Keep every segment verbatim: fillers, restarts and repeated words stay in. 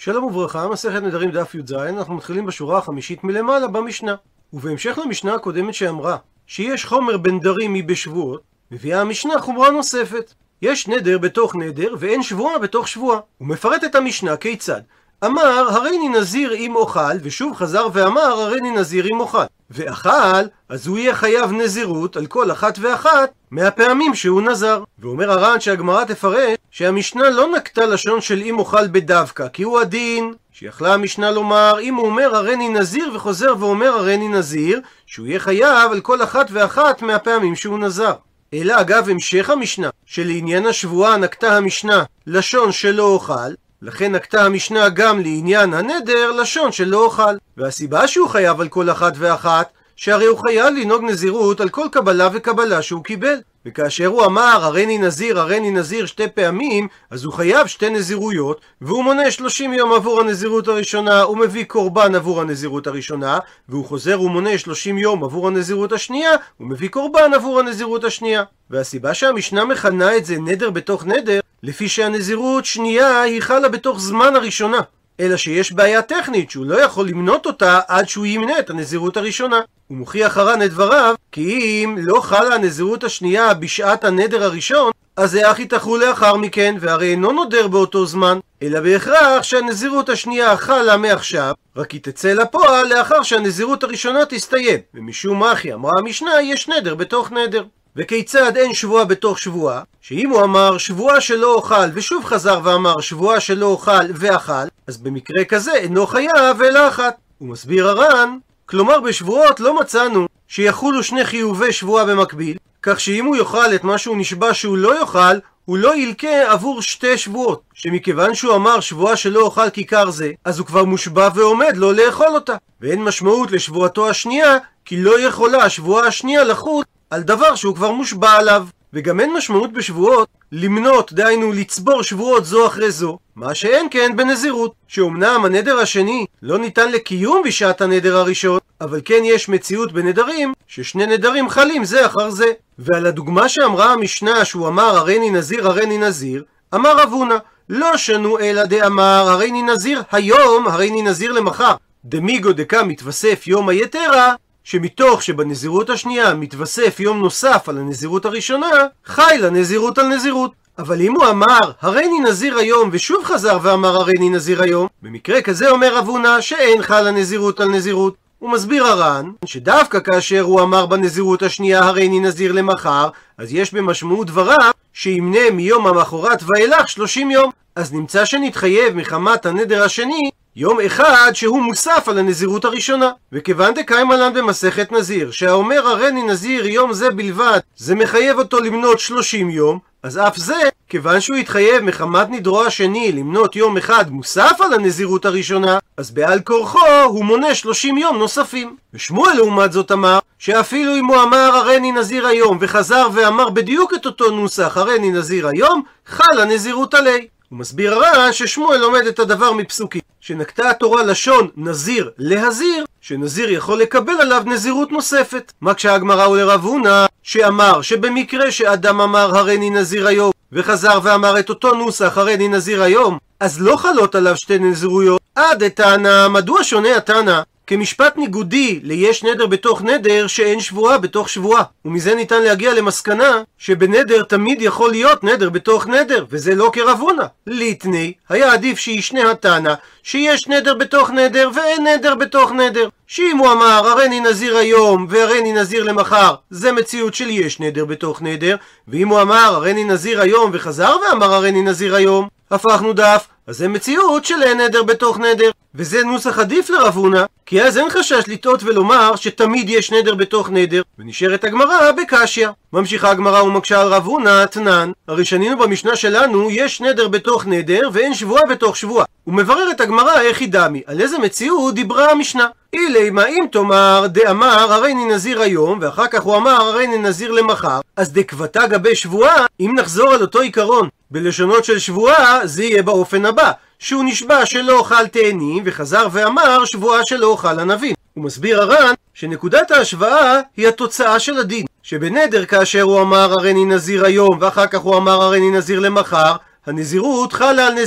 שלום וברכה, מסכת נדרים דף י"ז, אנחנו מתחילים בשורה החמישית מלמעלה במשנה. ובהמשך למשנה הקודמת שאמרה שיש חומר בנדרים מבשבועות, מביאה המשנה חומרה נוספת. יש נדר בתוך נדר ואין שבועה בתוך שבועה. הוא מפרט את המשנה כיצד. אמר הריני נזיר אם אוכל, ושוב חזר ואמר הריני נזיר אם אוכל. ואכל, אז הוא יהיה חייב נזירות על כל אחת ואחת מהפעמים שהוא נזר. ואומר הר"ן שהגמרא תפרש שהמשנה לא נקטה לשון של אם אוכל בדווקא, כי הוא הדין שיכלה המשנה לומר אם הוא אומר הריני נזיר וחוזר ואומר הריני נזיר, שהוא יהיה חייב על כל אחת ואחת מהפעמים שהוא נזר. אלא אגב המשך המשנה שלעניין השבועה נקטה המשנה לשון שלא אוכל, לכן נקטה המשנה גם לעניין הנדר לשון שלא אוכל. והסיבה שהוא חייב על כל אחת ואחת, שהרי הוא חייב לנהוג נזירות על כל קבלה וקבלה שהוא קיבל. וכאשר הוא אמר הריני נזיר הריני נזיר שתי פעמים, אז הוא חייב שתי נזירויות, והוא מונה שלושים יום עבור הנזירות הראשונה, הוא מביא קורבן עבור הנזירות הראשונה, והוא חוזר ומונה שלושים יום עבור הנזירות השנייה, הוא מביא קורבן עבור הנזירות השנייה. והסיבה שהמשנה מכנה את זה נדר בתוך נדר, לפי שהנזירות שנייה היא חלה בתוך זמן הראשונה, אלא שיש בעיה טכנית שהוא לא יכול למנות אותה עד שהוא ימנה את הנזירות הראשונה. הוא מוכיח הר"ן את דבריו כי אם לא חלה הנזירות השנייה בשעת הנדר הראשון, אז זה אך יתאחרו לאחר מכן, והרי אינו נודר באותו זמן, אלא בהכרח שהנזירות השנייה חלה מעכשיו, רק היא תצא לפועל לאחר שהנזירות הראשונה תסתיים. ומשום אחי אמרה המשנה יש נדר בתוך נדר. וכיצד אין שבועה בתוך שבועה? שאם הוא אמר שבועה שלא אוכל ושוב חזר ואמר שבועה שלא אוכל ואכל, אז במקרה כזה אינו חייב אלא אחת. הוא מסביר הר"ן, כלומר בשבועות לא מצאנו שיחולו שני חיובי שבועה במקביל, כך שאם הוא יאכל את מה שהוא נשבע שהוא לא יאכל, הוא לא ילקה עבור שתי שבועות, שמכיוון שהוא אמר שבועה שלא אוכל כיכר זה, אז הוא כבר מושבע ועומד לא לאכול אותה, ואין משמעות לשבועתו השנייה, כי לא יכולה השבועה השנייה לחול על דבר שהוא כבר מושבע עליו. וגם אין משמעות בשבועות למנות, דהיינו לצבור שבועות זו אחרי זו, מה שאין כן בנזירות, שאומנם הנדר השני לא ניתן לקיום בשעת הנדר הראשון, אבל כן יש מציאות בנדרים ששני נדרים חלים זה אחר זה. ועל הדוגמה שאמרה המשנה שהוא אמר הריני נזיר הריני נזיר, אמר רב הונא לא שנו אלא דאמר הריני נזיר היום הריני נזיר למחר, דמיגו דקה מתווסף יום היתרה, שמתוך שבנזירות השנייה מתווסף יום נוסף על הנזירות הראשונה, חי לנזירות על נזירות. אבל אם הוא אמר הריני נזיר היום ושוב חזר ואמר הריני נזיר היום, במקרה כזה אומר רב הונא שאין חל הנזירות על נזירות. הוא מסביר הר"ן שדווקא כאשר הוא אמר בנזירות השנייה הריני נזיר למחר, אז יש במשמעות דבריו שימנה מיום המחרת ואילך שלושים יום, אז נמצא שנתחייב מחמת הנדר השני יום אחד שהוא מוסף על הנזירות הראשונה. וכיוון דקיימא לן במסכת נזיר שהאומר הריני נזיר יום זה בלבד, זה מחייב אותו למנות שלושים יום, אז אף זה, כיוון שהוא התחייב מחמת נדרו השני למנות יום אחד מוסף על הנזירות הראשונה, אז בעל כורחו הוא מונה שלושים יום נוספים. ושמואל לעומת זאת אמר שאפילו אם הוא אמר הריני נזיר היום וחזר ואמר בדיוק את אותו נוסח הריני נזיר היום, חל הנזירות עלי. הוא מסביר הר"ן ששמואל לומד את הדבר מפסוקים שנקטה התורה לשון נזיר להזיר, שנזיר יכול לקבל עליו נזירות נוספת. מה כשהגמרא הוא לרב הונא שאמר שבמקרה שאדם אמר הריני נזיר היום וחזר ואמר את אותו נוסח הריני נזיר היום, אז לא חלות עליו שתי נזירויות. עד התנא, מדוע שונה התנא כמשפט ניגודי ליש נדר בתוך נדר שאין שבועה בתוך שבועה? ומזה ניתן להגיע למסקנה שבנדר תמיד יכול להיות נדר בתוך נדר, וזה לא כרב הונא. ליטני, היה עדיף שישנה התנא שיש נדר בתוך נדר ואין נדר בתוך נדר, שאם הוא אמר הריני נזיר היום והריני נזיר למחר, זה מציאות של יש נדר בתוך נדר, ואם הוא אמר הריני נזיר היום וחזר ואמר הריני נזיר היום, הפכנו דף, אז זה מציאות של אין נדר בתוך נדר. וזה נוסח עדיף לרב הונא, כי אז אין חשש לטעות ולומר שתמיד יש נדר בתוך נדר, ונשארת הגמרא בקשיא. ממשיכה הגמרא ומקשה על רב הונא תנן, הרי שנינו במשנה שלנו יש נדר בתוך נדר ואין שבועה בתוך שבועה. ומברר את הגמרא איך היא דמי, על איזה מציאות דיברה המשנה. אילי מה אם תאמר דאמר הריני נזיר היום ואחר כך הוא אמר הריני נזיר למחר, אז דקבתה גבי שבועה. אם נחזור על אותו עיקרון בלשונות של שבועה, זה יהיה באופן הבא, שהוא נשבע שלא אוכל תאנים וחזר ואמר שבועה שלא אוכל ענבים. הוא מסביר הר"ן שנקודת ההשוואה היא התוצאה של הדין, שבנדר כאשר הוא אמר הריני נזיר היום ואחר כך הוא אמר הריני נזיר למחר, הנזירות חלה על נזירות,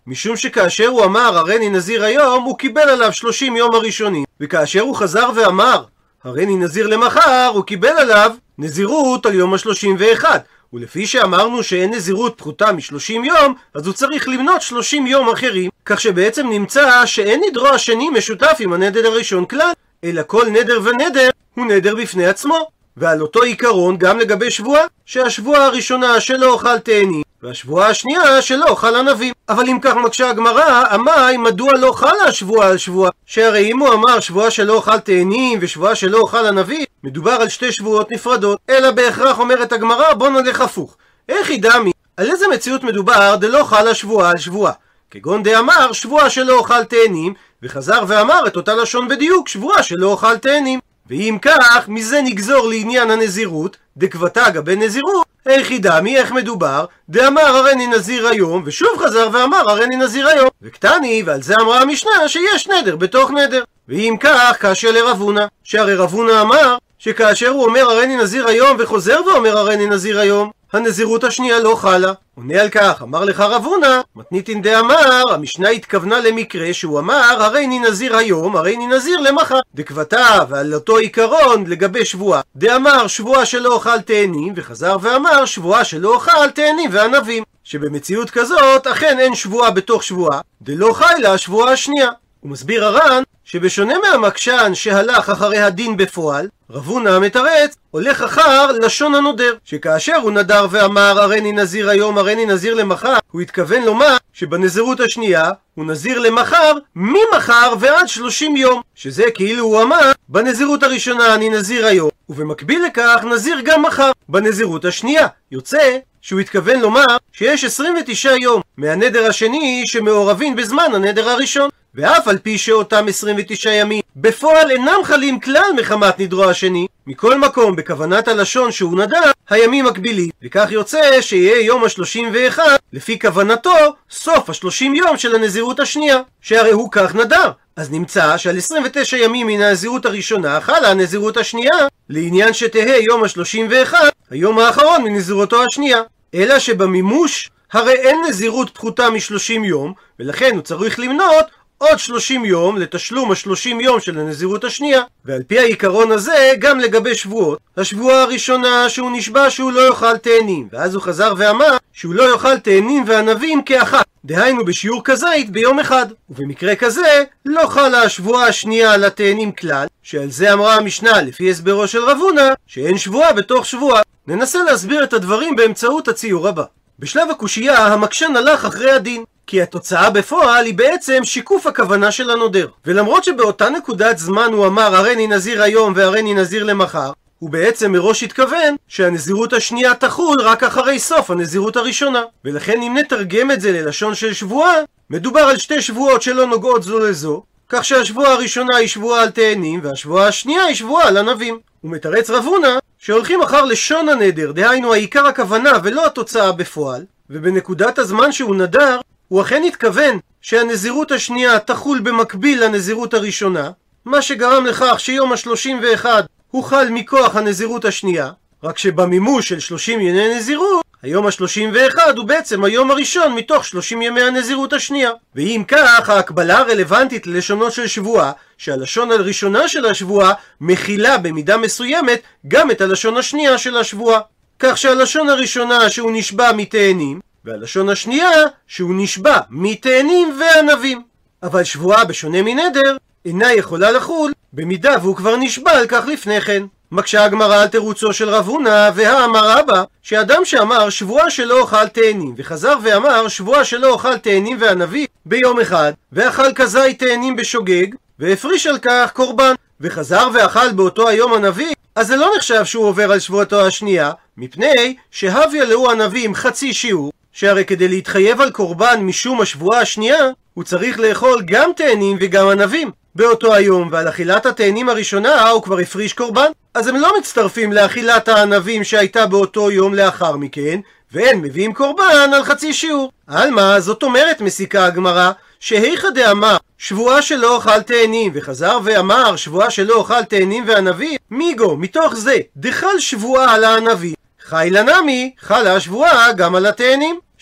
משום שכאשר הוא אמר הריני נזיר היום, הוא קיבל עליו שלושים יום הראשונים, וכאשר הוא חזר ואמר הריני נזיר למחר, הוא קיבל עליו נזירות על יום ה-שלושים ואחד. ולפי שאמרנו שאין נזירות פחותה מ-שלושים יום, אז הוא צריך למנות שלושים יום אחרים, כך שבעצם נמצא שאין נדרו השני משותף עם הנדר הראשון כלל, אלא כל נדר ונדר הוא נדר בפני עצמו. ועל אותו עיקרון גם לגבי שבועה, שהשבועה הראשונה שלא אוכל תאנים, והשבועה השנייה שלא אוכל ענבים. אבל אם כך מקשה הגמרא, אמי מדוע לא חלה השבועה על שבועה? שהרי אם הוא אמר שבועה שלא אוכל תאנים ושבועה שלא אוכל ענבים, מדובר על שתי שבועות נפרדות, אלא בהכרח אומרת הגמרא בוא נלך הפוך. איך ידעמי? על איזה מציאות מדובר דלא חלה שבועה על שבועה? כגון דאמר שבועה שלא אוכל תאנים, וחזר ואמר את אותה לשון בדיוק, שבועה שלא אוכל תאנים. ואם כך, מזה נגזור לעניין הנזירות, דקבתה גבי נזירות, איך ידעמי איך מדובר, דאמר הריני נזיר היום, ושוב חזר ואמר הריני נזיר היום. וקטני, ועל זה אמרה המשנה שיש נדר בתוך נדר. ואם כך, כאשר לרב הונא, שהרי רב הונא אמר, שכאשר הוא אומר הריני נזיר היום וחוזר ואומר הריני נזיר היום, הנזירות השנייה לא חלה. עונה על כך, אמר לך רב הונא, מתניתין דאמר, המשנה התכוונה למקרה שהוא אמר הריני נזיר היום, הריני נזיר למחר. דקבתה, ועל אותו עיקרון לגבי שבועה, דאמר שבועה שלא אוכל תאנים, וחזר ואמר שבועה שלא אוכל תאנים וענבים. שבמציאות כזאת אכן אין שבועה בתוך שבועה, דלא חיילה השבועה השנייה. הוא מסביר הר"ן שבשונה מהמקשן שהלך אחרי הדין בפועל, רב הונא מתרץ הולך אחר לשון הנודר, שכאשר הוא נדר ואמר הריני נזיר היום הריני נזיר למחר, הוא התכוון לומר שבנזירות השנייה הוא נזיר למחר ממחר ועד שלושים יום, שזה כאילו הוא אמר בנזירות הראשונה אני נזיר היום, ובמקביל לכך נזיר גם מחר בנזירות השנייה. יוצא שהוא התכוון לומר שיש עשרים ותשעה יום מהנדר השני שמעורבים בזמן הנדר הראשון, ואף על פי שאותם עשרים ותשעה ימים בפועל אינם חלים כלל מחמת נדרו השני, מכל מקום בכוונת הלשון שהוא נדר הימים מקבילים, וכך יוצא שיהיה יום ה-שלושים ואחד לפי כוונתו סוף ה-שלושים יום של הנזירות השנייה, שהרי הוא כך נדר. אז נמצא שעל עשרים ותשעה ימים מן הנזירות הראשונה חלה הנזירות השנייה, לעניין שתהא יום ה-שלושים ואחד היום האחרון מנזירותו השנייה. אלא שבמימוש הרי אין נזירות פחותה מ-שלושים יום, ולכן הוא צריך למנות עוד שלושים יום לתשלום ה-שלושים יום של הנזירות השנייה. ועל פי העיקרון הזה גם לגבי שבועות, השבועה הראשונה שהוא נשבע שהוא לא יאכל תאנים, ואז הוא חזר ואמר שהוא לא יאכל תאנים וענבים כאחת, דהיינו בשיעור כזית ביום אחד. ובמקרה כזה לא חלה השבועה השנייה על התאנים כלל, שעל זה אמרה המשנה לפי הסברו של רב הונא שאין שבועה בתוך שבועה. ננסה להסביר את הדברים באמצעות הציור הבא. בשלב הקושייה המקשן הלך אחרי הדין, כי התוצאה בפועל היא בעצם שיקוף הכוונה של הנודר. ולמרות שבאותה נקודת זמן הוא אמר הריני נזיר היום והריני נזיר למחר, הוא בעצם מראש התכוון שהנזירות השנייה תחול רק אחרי סוף הנזירות הראשונה. ולכן אם נתרגם את זה ללשון של שבועה, מדובר על שתי שבועות שלא נוגעות זו לזו, כך שהשבועה הראשונה היא שבועה על תאנים והשבועה השנייה היא שבועה על ענבים. הוא מתרץ רב הונא שהולכים אחר לשון הנדר, דהיינו העיקר הכוונה ולא התוצאה בפועל, ובנקודת הזמן שהוא נדר הוא אכן התכוון שהנזירות השנייה תחול במקביל לנזירות הראשונה, מה שגרם לכך שיום ה-שלושים ואחד הוא חל מכוח הנזירות השנייה, רק שבמימוש של שלושים ימי נזירות, היום ה-שלושים ואחד הוא בעצם היום הראשון מתוך שלושים ימי הנזירות השנייה. ואם כך, ההקבלה הרלוונטית ללשונו של שבועה, שהלשון הראשונה של השבועה מכילה במידה מסוימת גם את הלשון השנייה של השבועה. כך שהלשון הראשונה שהוא נשבע מתאנים, והלשון השנייה שהוא נשבע מתאנים וענבים. אבל שבועה בשונה מנדר אינה יכולה לחול במידה והוא כבר נשבע על כך לפני כן. מקשה הגמרא על תירוצו של רב הונא, והאמר רבא שאדם שאמר שבועה שלא אוכל תאנים וחזר ואמר שבועה שלא אוכל תאנים וענבים ביום אחד, ואכל כזית תאנים בשוגג והפריש על כך קורבן, וחזר ואכל באותו היום ענבים, אז זה לא נחשב שהוא עובר על שבועתו השנייה, מפני שהביא לו ענבים חצי שיעור, שהרי כדי להתחייב על קורבן משום השבועה השנייה הוא צריך לאכול גם תאנים וגם ענבים באותו היום, ועל אכילת התאנים הראשונה הוא כבר הפריש קורבן, אז הם לא מצטרפים לאכילת הענבים שהייתה באותו יום לאחר מכן, והם מביאים קורבן על חצי שיעור. על מה? זאת אומרת מסיקה הגמרא שהיכא דאמר שבועה שלא אוכל תאנים וחזר ואמר שבועה שלא אוכל תאנים וענבים, מיגו מתוך זה דחל שבועה על הענבים, חיילה נמי חלה השבועה גם על התאנים,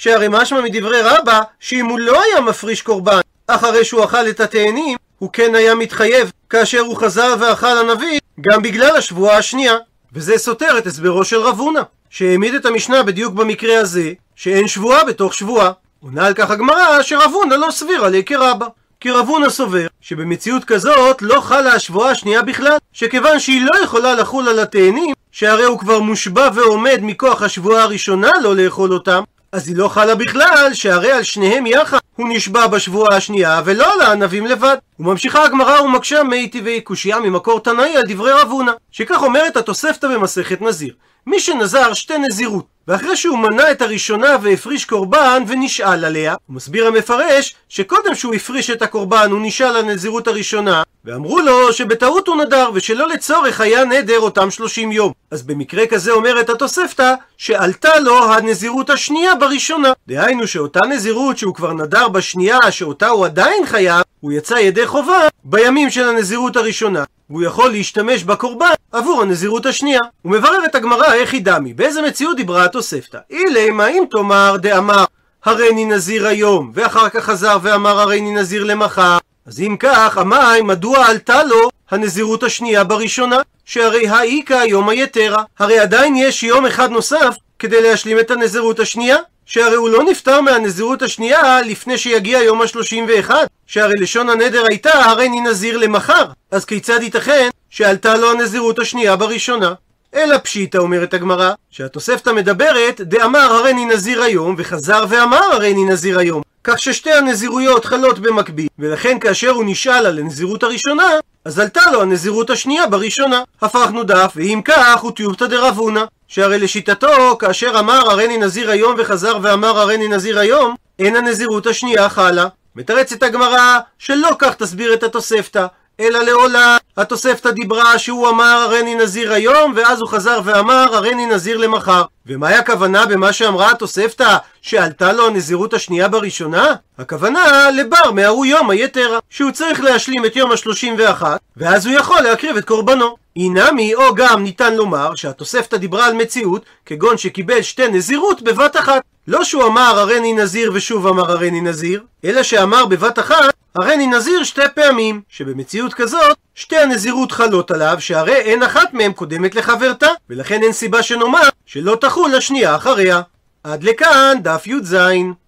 שהרי משמע מדברי רבא שאם הוא לא היה מפריש קורבן אחרי שהוא אכל את התאנים, הוא כן היה מתחייב כאשר הוא חזר ואכל הנביא גם בגלל השבועה השנייה. וזה סותר את הסברו של רב הונא, שהעמיד את המשנה בדיוק במקרה הזה, שאין שבועה בתוך שבועה. עונה על כך הגמרא שרב הונא לא סביר עליה כרבא, כי רב הונא סובר שבמציאות כזאת לא חלה השבועה השנייה בכלל, שכיוון שהיא לא יכולה לחול על התאנים, שהרי הוא כבר מושבע ועומד מכוח השבועה הראשונה לא לאכול אותם, אז היא לא חלה בכלל, שהרי על שניהם יחד הוא נשבע בשבועה השנייה ולא על הענבים לבד. וממשיכה הגמרא ומקשה מי טבעי קושייה ממקור תנאי על דברי רב הונא, שכך אומרת התוספתא במסכת נזיר: מי שנזר שתי נזירות ואחרי שהוא מנה את הראשונה והפריש קורבן ונשאל עליה, הוא מסביר המפרש שקודם שהוא הפריש את הקורבן הוא נשאל על הנזירות הראשונה, ואמרו לו שבטעות הוא נדר ושלא לצורך היה נדר אותם שלושים יום. אז במקרה כזה אומרת התוספתא שעלתה לו הנזירות השנייה בראשונה, דהיינו שאותה נזירות שהוא כבר נדר בשנייה שאותה הוא עדיין חייב, הוא יצא ידי חובה בימים של הנזירות הראשונה, והוא יכול להשתמש בקורבן עבור הנזירות השנייה. הוא מברר את הגמרא איך היא דמי, באיזה מציאות דיברה התוספתא. אילי מה אם תאמר דאמר הריני נזיר היום ואחר כך חזר ואמר הריני נזיר למחר, אז אם כך אמי מדוע עלתה לו הנזירות השנייה בראשונה, שהרי האיכא יום היתרה, הרי עדיין יש יום אחד נוסף כדי להשלים את הנזירות השנייה, שהרי הוא לא נפטר מהנזירות השנייה לפני שיגיע יום ה-שלושים ואחת, שהרי לשון הנדר הייתה הריני נזיר למחר, אז כיצד ייתכן שעלתה לו הנזירות השנייה בראשונה? אלא פשיטא, אומרת הגמרא, שהתוספתא מדברת דאמר הריני נזיר היום וחזר ואמר הריני נזיר היום, כך ששתי הנזירויות חלות במקביל, ולכן כאשר הוא נשאל על הנזירות הראשונה אז עלתה לו הנזירות השנייה בראשונה. הפכנו דף, ואם כך הוא טיובתא דרב הונא, שהרי לשיטתו כאשר אמר הריני נזיר היום וחזר ואמר הריני נזיר היום, אין הנזירות השנייה חלה. מתרצת הגמרא שלא כך תסביר את התוספתא, אלא לעולם התוספתא דיברה שהוא אמר הריני נזיר היום ואז הוא חזר ואמר הריני נזיר למחר. ומה היה הכוונה במה שאמרה התוספתא שעלתה לו הנזירות השנייה בראשונה? הכוונה לבר מהרו יום היתרה, שהוא צריך להשלים את יום ה-שלושים ואחת ואז הוא יכול להקריב את קורבנו. אינמי, או גם ניתן לומר שהתוספתא דיברה על מציאות כגון שקיבל שתי נזירות בבת אחת, לא שהוא אמר הריני נזיר ושוב אמר הריני נזיר, אלא שאמר בבת אחת הריני נזיר שתי פעמים, שבמציאות כזאת שתי הנזירות חלות עליו, שהרי אין אחת מהם קודמת לחברתה, ולכן אין סיבה שנאמר שלא תחול השנייה אחריה. עד לכאן דף י"ז.